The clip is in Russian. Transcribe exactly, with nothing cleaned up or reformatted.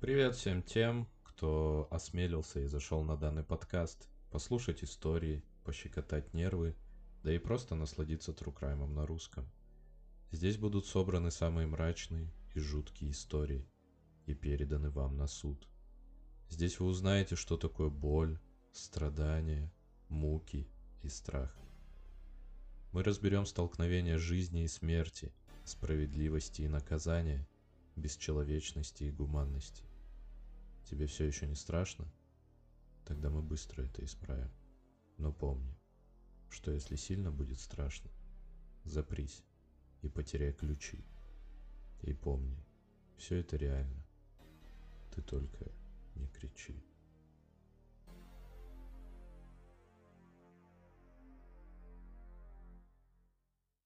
Привет всем тем, кто осмелился и зашел на данный подкаст, послушать истории, пощекотать нервы, да и просто насладиться тру-краймом на русском. Здесь будут собраны самые мрачные и жуткие истории и переданы вам на суд. Здесь вы узнаете, что такое боль, страдания, муки и страх. Мы разберем столкновения жизни и смерти, справедливости и наказания, бесчеловечности и гуманности. Тебе все еще не страшно? Тогда мы быстро это исправим. Но помни, что если сильно будет страшно, запрись и потеряй ключи. И помни, все это реально. Ты только не кричи.